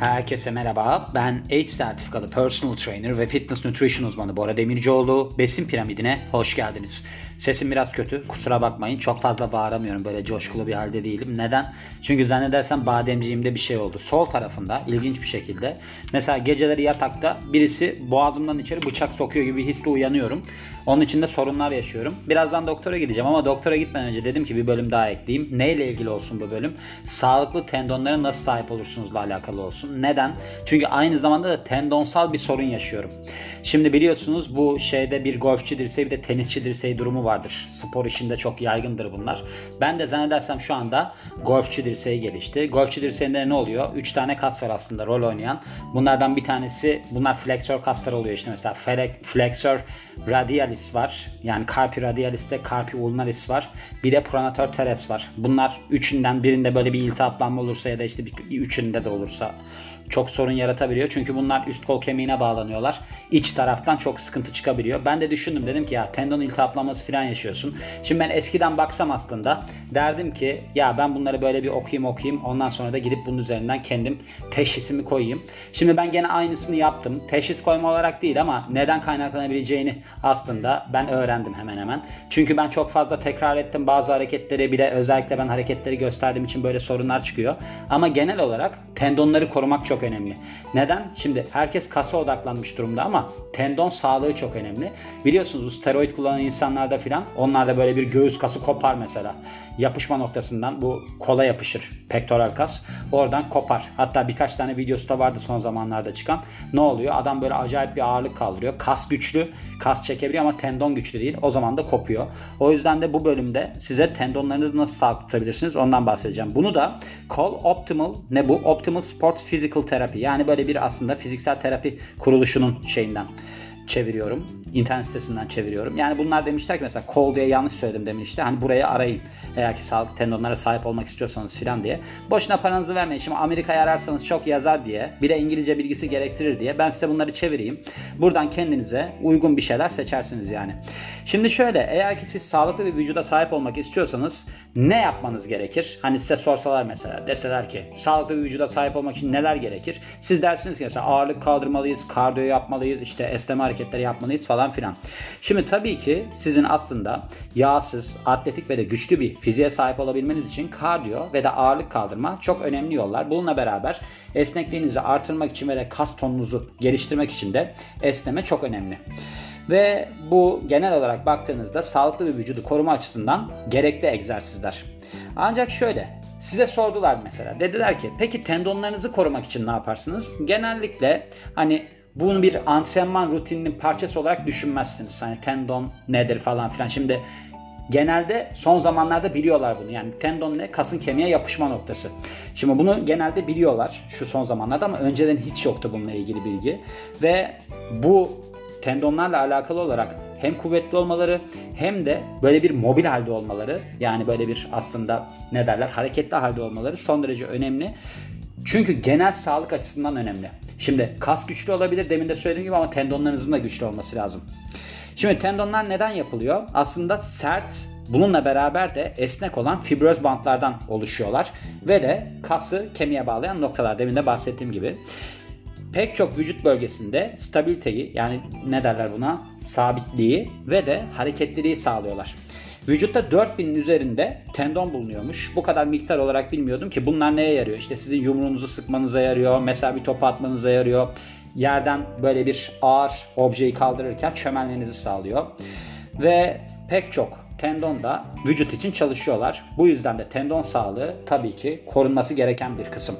Herkese merhaba. Ben ACE sertifikalı personal trainer ve fitness nutrition uzmanı Bora Demircioğlu. Besin piramidine hoş geldiniz. Sesim biraz kötü. Kusura bakmayın. Çok fazla bağıramıyorum. Böyle coşkulu bir halde değilim. Neden? Çünkü zannedersem bademciğimde bir şey oldu. Sol tarafında ilginç bir şekilde. Mesela geceleri yatakta birisi boğazımdan içeri bıçak sokuyor gibi bir hisle uyanıyorum. Onun için de sorunlar yaşıyorum. Birazdan doktora gideceğim ama doktora gitmeden önce dedim ki bir bölüm daha ekleyeyim. Neyle ilgili olsun bu bölüm? Sağlıklı tendonlara nasıl sahip olursunuzla alakalı olsun. Neden? Çünkü aynı zamanda da tendonsal bir sorun yaşıyorum. Şimdi biliyorsunuz bu şeyde bir golfçi dirseği bir de tenisçi dirseği durumu vardır. Spor işinde çok yaygındır bunlar. Ben de zannedersem şu anda golfçi dirseği gelişti. Golfçi dirseğinde ne oluyor? 3 tane kas var aslında rol oynayan. Bunlardan bir tanesi, bunlar fleksör kaslar oluyor işte mesela fleksör radialis var. Yani carpi radialis ile carpi ulnaris var. Bir de pronator teres var. Bunlar üçünden birinde böyle bir iltihaplanma olursa ya da işte üçünde de olursa çok sorun yaratabiliyor. Çünkü bunlar üst kol kemiğine bağlanıyorlar. İç taraftan çok sıkıntı çıkabiliyor. Ben de düşündüm, dedim ki ya tendon iltihaplanması falan yaşıyorsun. Şimdi ben eskiden baksam aslında derdim ki ya ben bunları böyle bir okuyayım ondan sonra da gidip bunun üzerinden kendim teşhisimi koyayım. Şimdi ben gene aynısını yaptım. Teşhis koyma olarak değil ama neden kaynaklanabileceğini aslında ben öğrendim hemen hemen. Çünkü ben çok fazla tekrar ettim bazı hareketleri, bir de özellikle ben hareketleri gösterdiğim için böyle sorunlar çıkıyor. Ama genel olarak tendonları korumak çok önemli. Neden? Şimdi herkes kasa odaklanmış durumda ama tendon sağlığı çok önemli. Biliyorsunuz bu steroid kullanan insanlarda filan, onlarda böyle bir göğüs kası kopar mesela. Yapışma noktasından bu kola yapışır. Pektoral kas. Oradan kopar. Hatta birkaç tane videosu da vardı son zamanlarda çıkan. Ne oluyor? Adam böyle acayip bir ağırlık kaldırıyor. Kas güçlü. Kas çekebiliyor ama tendon güçlü değil. O zaman da kopuyor. O yüzden de bu bölümde size tendonlarınızı nasıl sağlıklı tutabilirsiniz ondan bahsedeceğim. Bunu da Call Optimal, ne bu? Optimal Sports Physical Therapy. Yani böyle bir aslında fiziksel terapi kuruluşunun şeyinden çeviriyorum. İnternet sitesinden çeviriyorum. Yani bunlar demişler ki mesela call diye yanlış söyledim demişti. Hani buraya arayın. Eğer ki sağlıklı tendonlara sahip olmak istiyorsanız filan diye. Boşuna paranızı vermeyin. Şimdi Amerika'ya ararsanız çok yazar diye. Bir de İngilizce bilgisi gerektirir diye. Ben size bunları çevireyim. Buradan kendinize uygun bir şeyler seçersiniz yani. Şimdi şöyle, eğer ki siz sağlıklı bir vücuda sahip olmak istiyorsanız ne yapmanız gerekir? Hani size sorsalar mesela, deseler ki sağlıklı bir vücuda sahip olmak için neler gerekir? Siz dersiniz ki mesela ağırlık kaldırmalıyız, kardiyo yapmalıyız, işte esneme hareketleri yapmalıyız falan filan. Şimdi tabii ki sizin aslında yağsız, atletik ve de güçlü bir fiziğe sahip olabilmeniz için kardiyo ve de ağırlık kaldırma çok önemli yollar. Bununla beraber esnekliğinizi artırmak için ve de kas tonunuzu geliştirmek için de esneme çok önemli. Ve bu genel olarak baktığınızda sağlıklı bir vücudu koruma açısından gerekli egzersizler. Ancak şöyle, size sordular mesela, dediler ki peki tendonlarınızı korumak için ne yaparsınız? Genellikle hani bunu bir antrenman rutininin parçası olarak düşünmezsiniz. Hani tendon nedir falan filan. Şimdi genelde son zamanlarda biliyorlar bunu. Yani tendon ne? Kasın kemiğe yapışma noktası. Şimdi bunu genelde biliyorlar şu son zamanlarda ama önceden hiç yoktu bununla ilgili bilgi. Ve bu tendonlarla alakalı olarak hem kuvvetli olmaları hem de böyle bir mobil halde olmaları, yani böyle bir aslında ne derler, hareketli halde olmaları son derece önemli. Çünkü genel sağlık açısından önemli. Şimdi kas güçlü olabilir demin de söylediğim gibi ama tendonlarınızın da güçlü olması lazım. Şimdi tendonlar neden yapılıyor? Aslında sert, bununla beraber de esnek olan fibroz bantlardan oluşuyorlar. Ve de kası kemiğe bağlayan noktalar, demin de bahsettiğim gibi. Pek çok vücut bölgesinde stabiliteyi, yani ne derler buna, sabitliği ve de hareketliliği sağlıyorlar. Vücutta 4000'in üzerinde tendon bulunuyormuş. Bu kadar miktar olarak bilmiyordum ki bunlar neye yarıyor? İşte sizin yumruğunuzu sıkmanıza yarıyor, mesela bir topu atmanıza yarıyor. Yerden böyle bir ağır objeyi kaldırırken çömelmenizi sağlıyor. Ve pek çok tendon da vücut için çalışıyorlar. Bu yüzden de tendon sağlığı tabii ki korunması gereken bir kısım.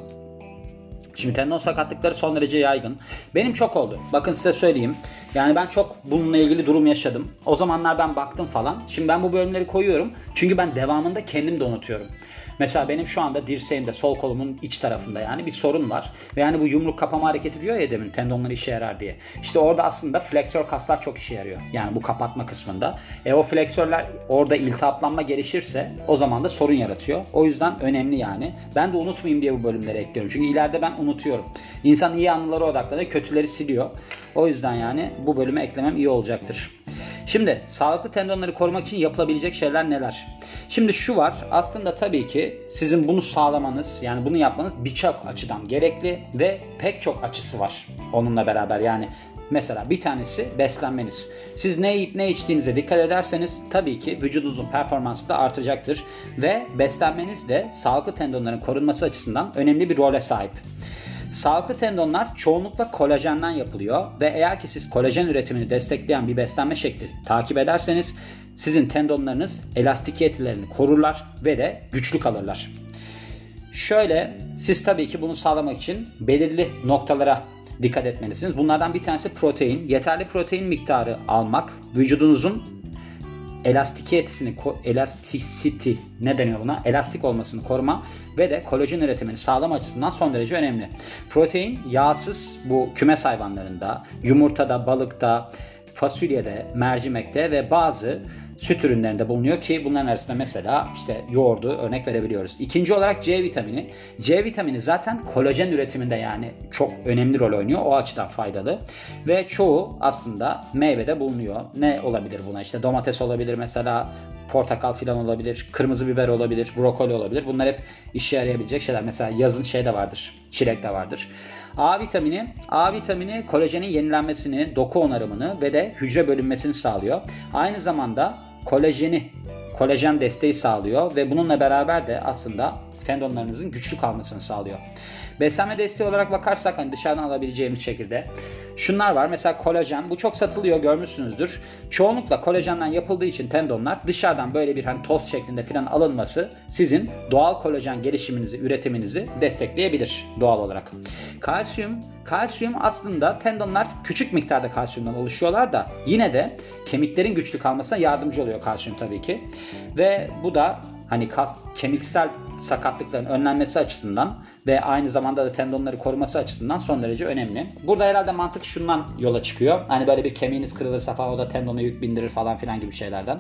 Şimdi tendon sakatlıkları son derece yaygın. Benim çok oldu. Bakın size söyleyeyim. Yani ben çok bununla ilgili durum yaşadım. O zamanlar ben baktım falan. Şimdi ben bu bölümleri koyuyorum. Çünkü ben devamında kendim de unutuyorum. Mesela benim şu anda dirseğimde, sol kolumun iç tarafında yani bir sorun var. Ve yani bu yumruk kapama hareketi diyor ya demin, tendonları işe yarar diye. İşte orada aslında fleksör kaslar çok işe yarıyor. Yani bu kapatma kısmında. O fleksörler orada iltihaplanma gelişirse o zaman da sorun yaratıyor. O yüzden önemli yani. Ben de unutmayayım diye bu bölümleri ekliyorum. Çünkü ileride ben unutuyorum. İnsan iyi anılara odaklanıyor, kötüleri siliyor. O yüzden yani bu bölüme eklemem iyi olacaktır. Şimdi sağlıklı tendonları korumak için yapılabilecek şeyler neler? Şimdi şu var, aslında tabii ki sizin bunu sağlamanız, yani bunu yapmanız birçok açıdan gerekli ve pek çok açısı var onunla beraber. Yani mesela bir tanesi beslenmeniz. Siz ne yiyip ne içtiğinize dikkat ederseniz tabii ki vücudunuzun performansı da artacaktır ve beslenmeniz de sağlıklı tendonların korunması açısından önemli bir role sahip. Sağlıklı tendonlar çoğunlukla kolajenden yapılıyor ve eğer ki siz kolajen üretimini destekleyen bir beslenme şekli takip ederseniz sizin tendonlarınız elastikiyetlerini korurlar ve de güçlü kalırlar. Şöyle, siz tabii ki bunu sağlamak için belirli noktalara dikkat etmelisiniz. Bunlardan bir tanesi protein. Yeterli protein miktarı almak, vücudunuzun elastik olmasını koruma ve de kolajen üretimini sağlama açısından son derece önemli. Protein yağsız bu kümes hayvanlarında, yumurtada, balıkta, fasulyede, mercimekte ve bazı süt ürünlerinde bulunuyor ki bunların arasında mesela işte yoğurdu örnek verebiliyoruz. İkinci olarak C vitamini. C vitamini zaten kolajen üretiminde yani çok önemli rol oynuyor. O açıdan faydalı. Ve çoğu aslında meyvede bulunuyor. Ne olabilir buna? İşte domates olabilir mesela, portakal filan olabilir, kırmızı biber olabilir, brokoli olabilir. Bunlar hep işe yarayabilecek şeyler. Mesela yazın şey de vardır, çilek de vardır. A vitamini kolajenin yenilenmesini, doku onarımını ve de hücre bölünmesini sağlıyor. Aynı zamanda kolajen desteği sağlıyor ve bununla beraber de aslında tendonlarınızın güçlü kalmasını sağlıyor. Beslenme desteği olarak bakarsak hani dışarıdan alabileceğimiz şekilde şunlar var. Mesela kolajen, bu çok satılıyor, görmüşsünüzdür. Çoğunlukla kolajenden yapıldığı için tendonlar dışarıdan böyle bir hani toz şeklinde filan alınması sizin doğal kolajen gelişiminizi, üretiminizi destekleyebilir doğal olarak. Kalsiyum aslında tendonlar küçük miktarda kalsiyumdan oluşuyorlar da yine de kemiklerin güçlü kalmasına yardımcı oluyor kalsiyum tabii ki. Ve bu da hani kemiksel sakatlıkların önlenmesi açısından ve aynı zamanda da tendonları koruması açısından son derece önemli. Burada herhalde mantık şundan yola çıkıyor. Hani böyle bir kemiğiniz kırılırsa falan o da tendona yük bindirir falan filan gibi şeylerden.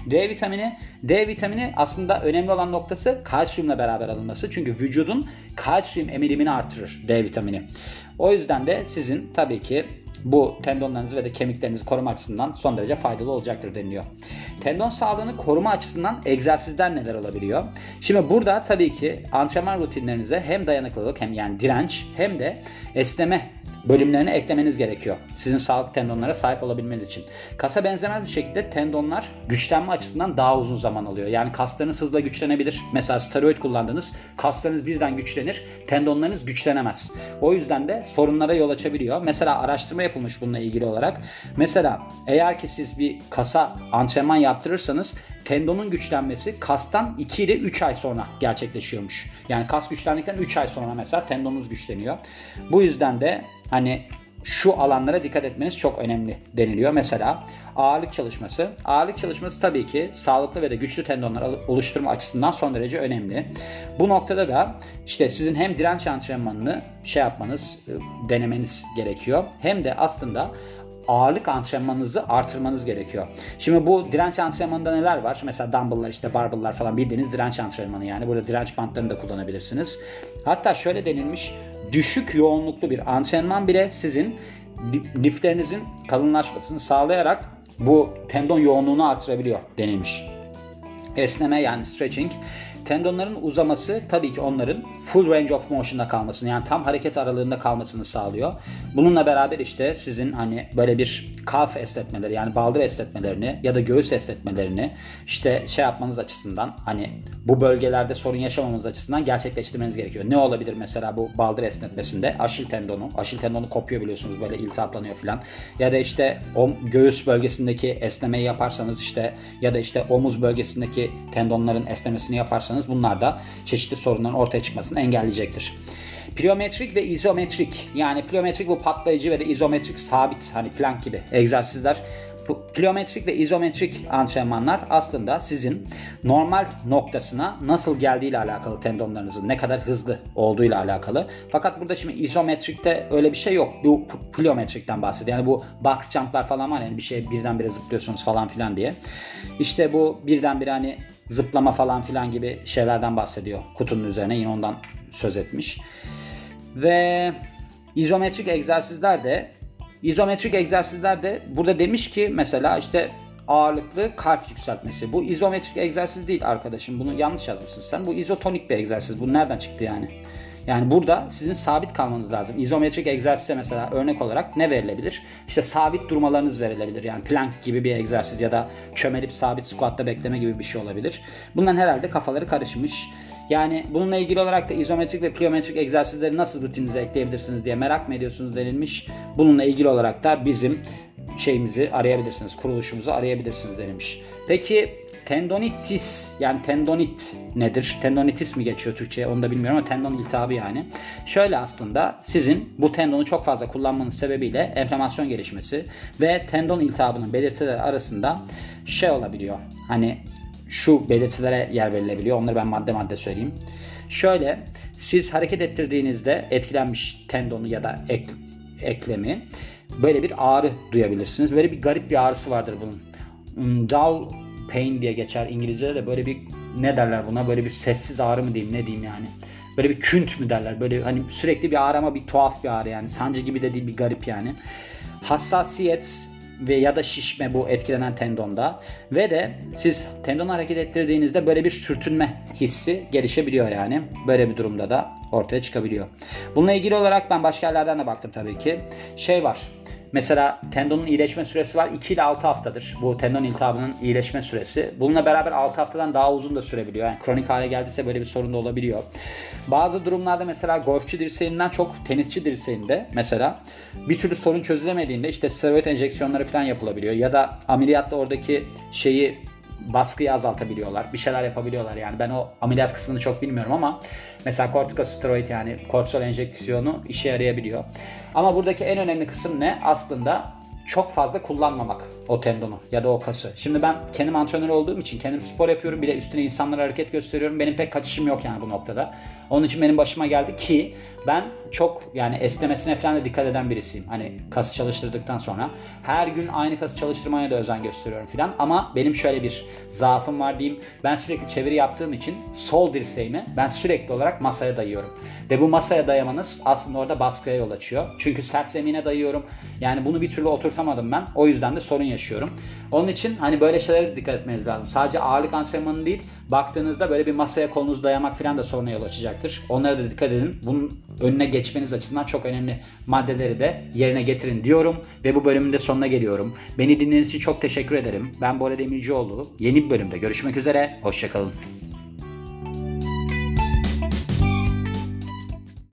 D vitamini aslında önemli olan noktası kalsiyumla beraber alınması. Çünkü vücudun kalsiyum emilimini artırır D vitamini. O yüzden de sizin tabii ki bu tendonlarınızı ve de kemiklerinizi koruma açısından son derece faydalı olacaktır deniliyor. Tendon sağlığını koruma açısından egzersizler neler olabiliyor? Şimdi burada tabii ki antrenman rutinlerinize hem dayanıklılık hem yani direnç hem de esneme bölümlerini eklemeniz gerekiyor. Sizin sağlıklı tendonlara sahip olabilmeniz için. Kasa benzemez bir şekilde tendonlar güçlenme açısından daha uzun zaman alıyor. Yani kaslarınız hızla güçlenebilir. Mesela steroid kullandınız, kaslarınız birden güçlenir, tendonlarınız güçlenemez. O yüzden de sorunlara yol açabiliyor. Mesela araştırma yapılmış bununla ilgili olarak. Mesela eğer ki siz bir kasa antrenman yaptırırsanız tendonun güçlenmesi kastan 2 ile 3 ay sonra gerçekleşiyormuş. Yani kas güçlendikten 3 ay sonra mesela tendonunuz güçleniyor. Bu yüzden de hani şu alanlara dikkat etmeniz çok önemli deniliyor. Mesela ağırlık çalışması. Ağırlık çalışması tabii ki sağlıklı ve de güçlü tendonlar oluşturma açısından son derece önemli. Bu noktada da işte sizin hem direnç antrenmanını denemeniz gerekiyor. Hem de aslında ağırlık antrenmanınızı artırmanız gerekiyor. Şimdi bu direnç antrenmanında neler var? Mesela dumbbell'lar, işte barbell'lar falan bildiğiniz direnç antrenmanı yani. Burada direnç bantlarını da kullanabilirsiniz. Hatta şöyle denilmiş, düşük yoğunluklu bir antrenman bile sizin liflerinizin kalınlaşmasını sağlayarak bu tendon yoğunluğunu artırabiliyor denilmiş. Esneme yani stretching. Tendonların uzaması tabii ki onların full range of motion'da kalmasını, yani tam hareket aralığında kalmasını sağlıyor. Bununla beraber işte sizin hani böyle bir kalf esnetmeleri yani baldır esnetmelerini ya da göğüs esnetmelerini işte yapmanız açısından, hani bu bölgelerde sorun yaşamamanız açısından gerçekleştirmeniz gerekiyor. Ne olabilir mesela bu baldır esnetmesinde? Aşil tendonu kopuyor biliyorsunuz, böyle iltihaplanıyor falan. Ya da işte göğüs bölgesindeki esnemeyi yaparsanız işte ya da işte omuz bölgesindeki tendonların esnemesini yaparsanız bunlar da çeşitli sorunların ortaya çıkmasını engelleyecektir. Plyometrik ve izometrik, yani plyometrik bu patlayıcı ve de izometrik sabit, hani plank gibi egzersizler. Plyometrik ve izometrik antrenmanlar aslında sizin normal noktasına nasıl geldiği ile alakalı, tendonlarınızın ne kadar hızlı olduğu ile alakalı. Fakat burada şimdi izometrikte öyle bir şey yok. Bu plyometrikten bahsediyor. Yani bu box jump'lar falan var, yani bir şeye birdenbire zıplıyorsunuz falan filan diye. İşte bu birdenbire hani zıplama falan filan gibi şeylerden bahsediyor. Kutunun üzerine yine ondan söz etmiş. Ve izometrik egzersizler de burada demiş ki mesela işte ağırlıklı kalf yükseltmesi. Bu izometrik egzersiz değil arkadaşım. Bunu yanlış yazmışsın sen. Bu izotonik bir egzersiz. Bu nereden çıktı yani? Yani burada sizin sabit kalmanız lazım. İzometrik egzersize mesela örnek olarak ne verilebilir? İşte sabit durmalarınız verilebilir. Yani plank gibi bir egzersiz ya da çömelip sabit squatta bekleme gibi bir şey olabilir. Bundan herhalde kafaları karışmış. Yani bununla ilgili olarak da izometrik ve plyometrik egzersizleri nasıl rutininize ekleyebilirsiniz diye merak mı ediyorsunuz denilmiş. Bununla ilgili olarak da bizim şeyimizi arayabilirsiniz, kuruluşumuzu arayabilirsiniz denilmiş. Peki tendonitis, yani tendonit nedir? Tendonitis mi geçiyor Türkçe'ye onu da bilmiyorum ama tendon iltihabı yani. Şöyle aslında sizin bu tendonu çok fazla kullanmanız sebebiyle enflamasyon gelişmesi ve tendon iltihabının belirtileri arasında şey olabiliyor. Hani şu belirtilere yer verilebiliyor. Onları ben madde madde söyleyeyim. Şöyle, siz hareket ettirdiğinizde etkilenmiş tendonu ya da eklemi böyle bir ağrı duyabilirsiniz. Böyle bir garip bir ağrısı vardır bunun. Dull pain diye geçer İngilizce'de de, böyle bir ne derler buna, böyle bir sessiz ağrı mı diyeyim ne diyeyim yani. Böyle bir künt mü derler, böyle hani sürekli bir ağrı ama bir tuhaf bir ağrı yani, sancı gibi de değil, bir garip yani. Hassasiyet ve ya da şişme bu etkilenen tendonda ve de siz tendonu hareket ettirdiğinizde böyle bir sürtünme hissi gelişebiliyor yani. Böyle bir durumda da ortaya çıkabiliyor. Bununla ilgili olarak ben başka yerlerden de baktım tabii ki. Şey var. Mesela tendonun iyileşme süresi var. 2 ile 6 haftadır bu tendon iltihabının iyileşme süresi. Bununla beraber 6 haftadan daha uzun da sürebiliyor. Yani kronik hale geldiyse böyle bir sorun da olabiliyor. Bazı durumlarda mesela golfçü dirseğinden çok tenisçi dirseğinde mesela bir türlü sorun çözülemediğinde işte steroid enjeksiyonları falan yapılabiliyor. Ya da ameliyatta oradaki baskıyı azaltabiliyorlar. Bir şeyler yapabiliyorlar yani. Ben o ameliyat kısmını çok bilmiyorum ama mesela kortikosteroid yani kortizol enjeksiyonu işe yarayabiliyor. Ama buradaki en önemli kısım ne? Aslında çok fazla kullanmamak o tendonu ya da o kası. Şimdi ben kendim antrenör olduğum için kendim spor yapıyorum. Bir de üstüne insanlara hareket gösteriyorum. Benim pek kaçışım yok yani bu noktada. Onun için benim başıma geldi ki ben çok yani esnemesine falan da dikkat eden birisiyim. Hani kası çalıştırdıktan sonra her gün aynı kası çalıştırmaya da özen gösteriyorum falan. Ama benim şöyle bir zaafım var diyeyim. Ben sürekli çeviri yaptığım için sol dirseğimi ben sürekli olarak masaya dayıyorum. Ve bu masaya dayamanız aslında orada baskıya yol açıyor. Çünkü sert zemine dayıyorum. Yani bunu bir türlü oturtamadım ben. O yüzden de sorun yaşıyorum. Onun için hani böyle şeylere dikkat etmeniz lazım. Sadece ağırlık antrenmanı değil, baktığınızda böyle bir masaya kolunuzu dayamak falan da soruna yol açacaktır. Onlara da dikkat edin. Bunun önüne geçmeniz açısından çok önemli maddeleri de yerine getirin diyorum. Ve bu bölümün de sonuna geliyorum. Beni dinlediğiniz için çok teşekkür ederim. Ben Bora Demircioğlu. Yeni bir bölümde görüşmek üzere. Hoşçakalın.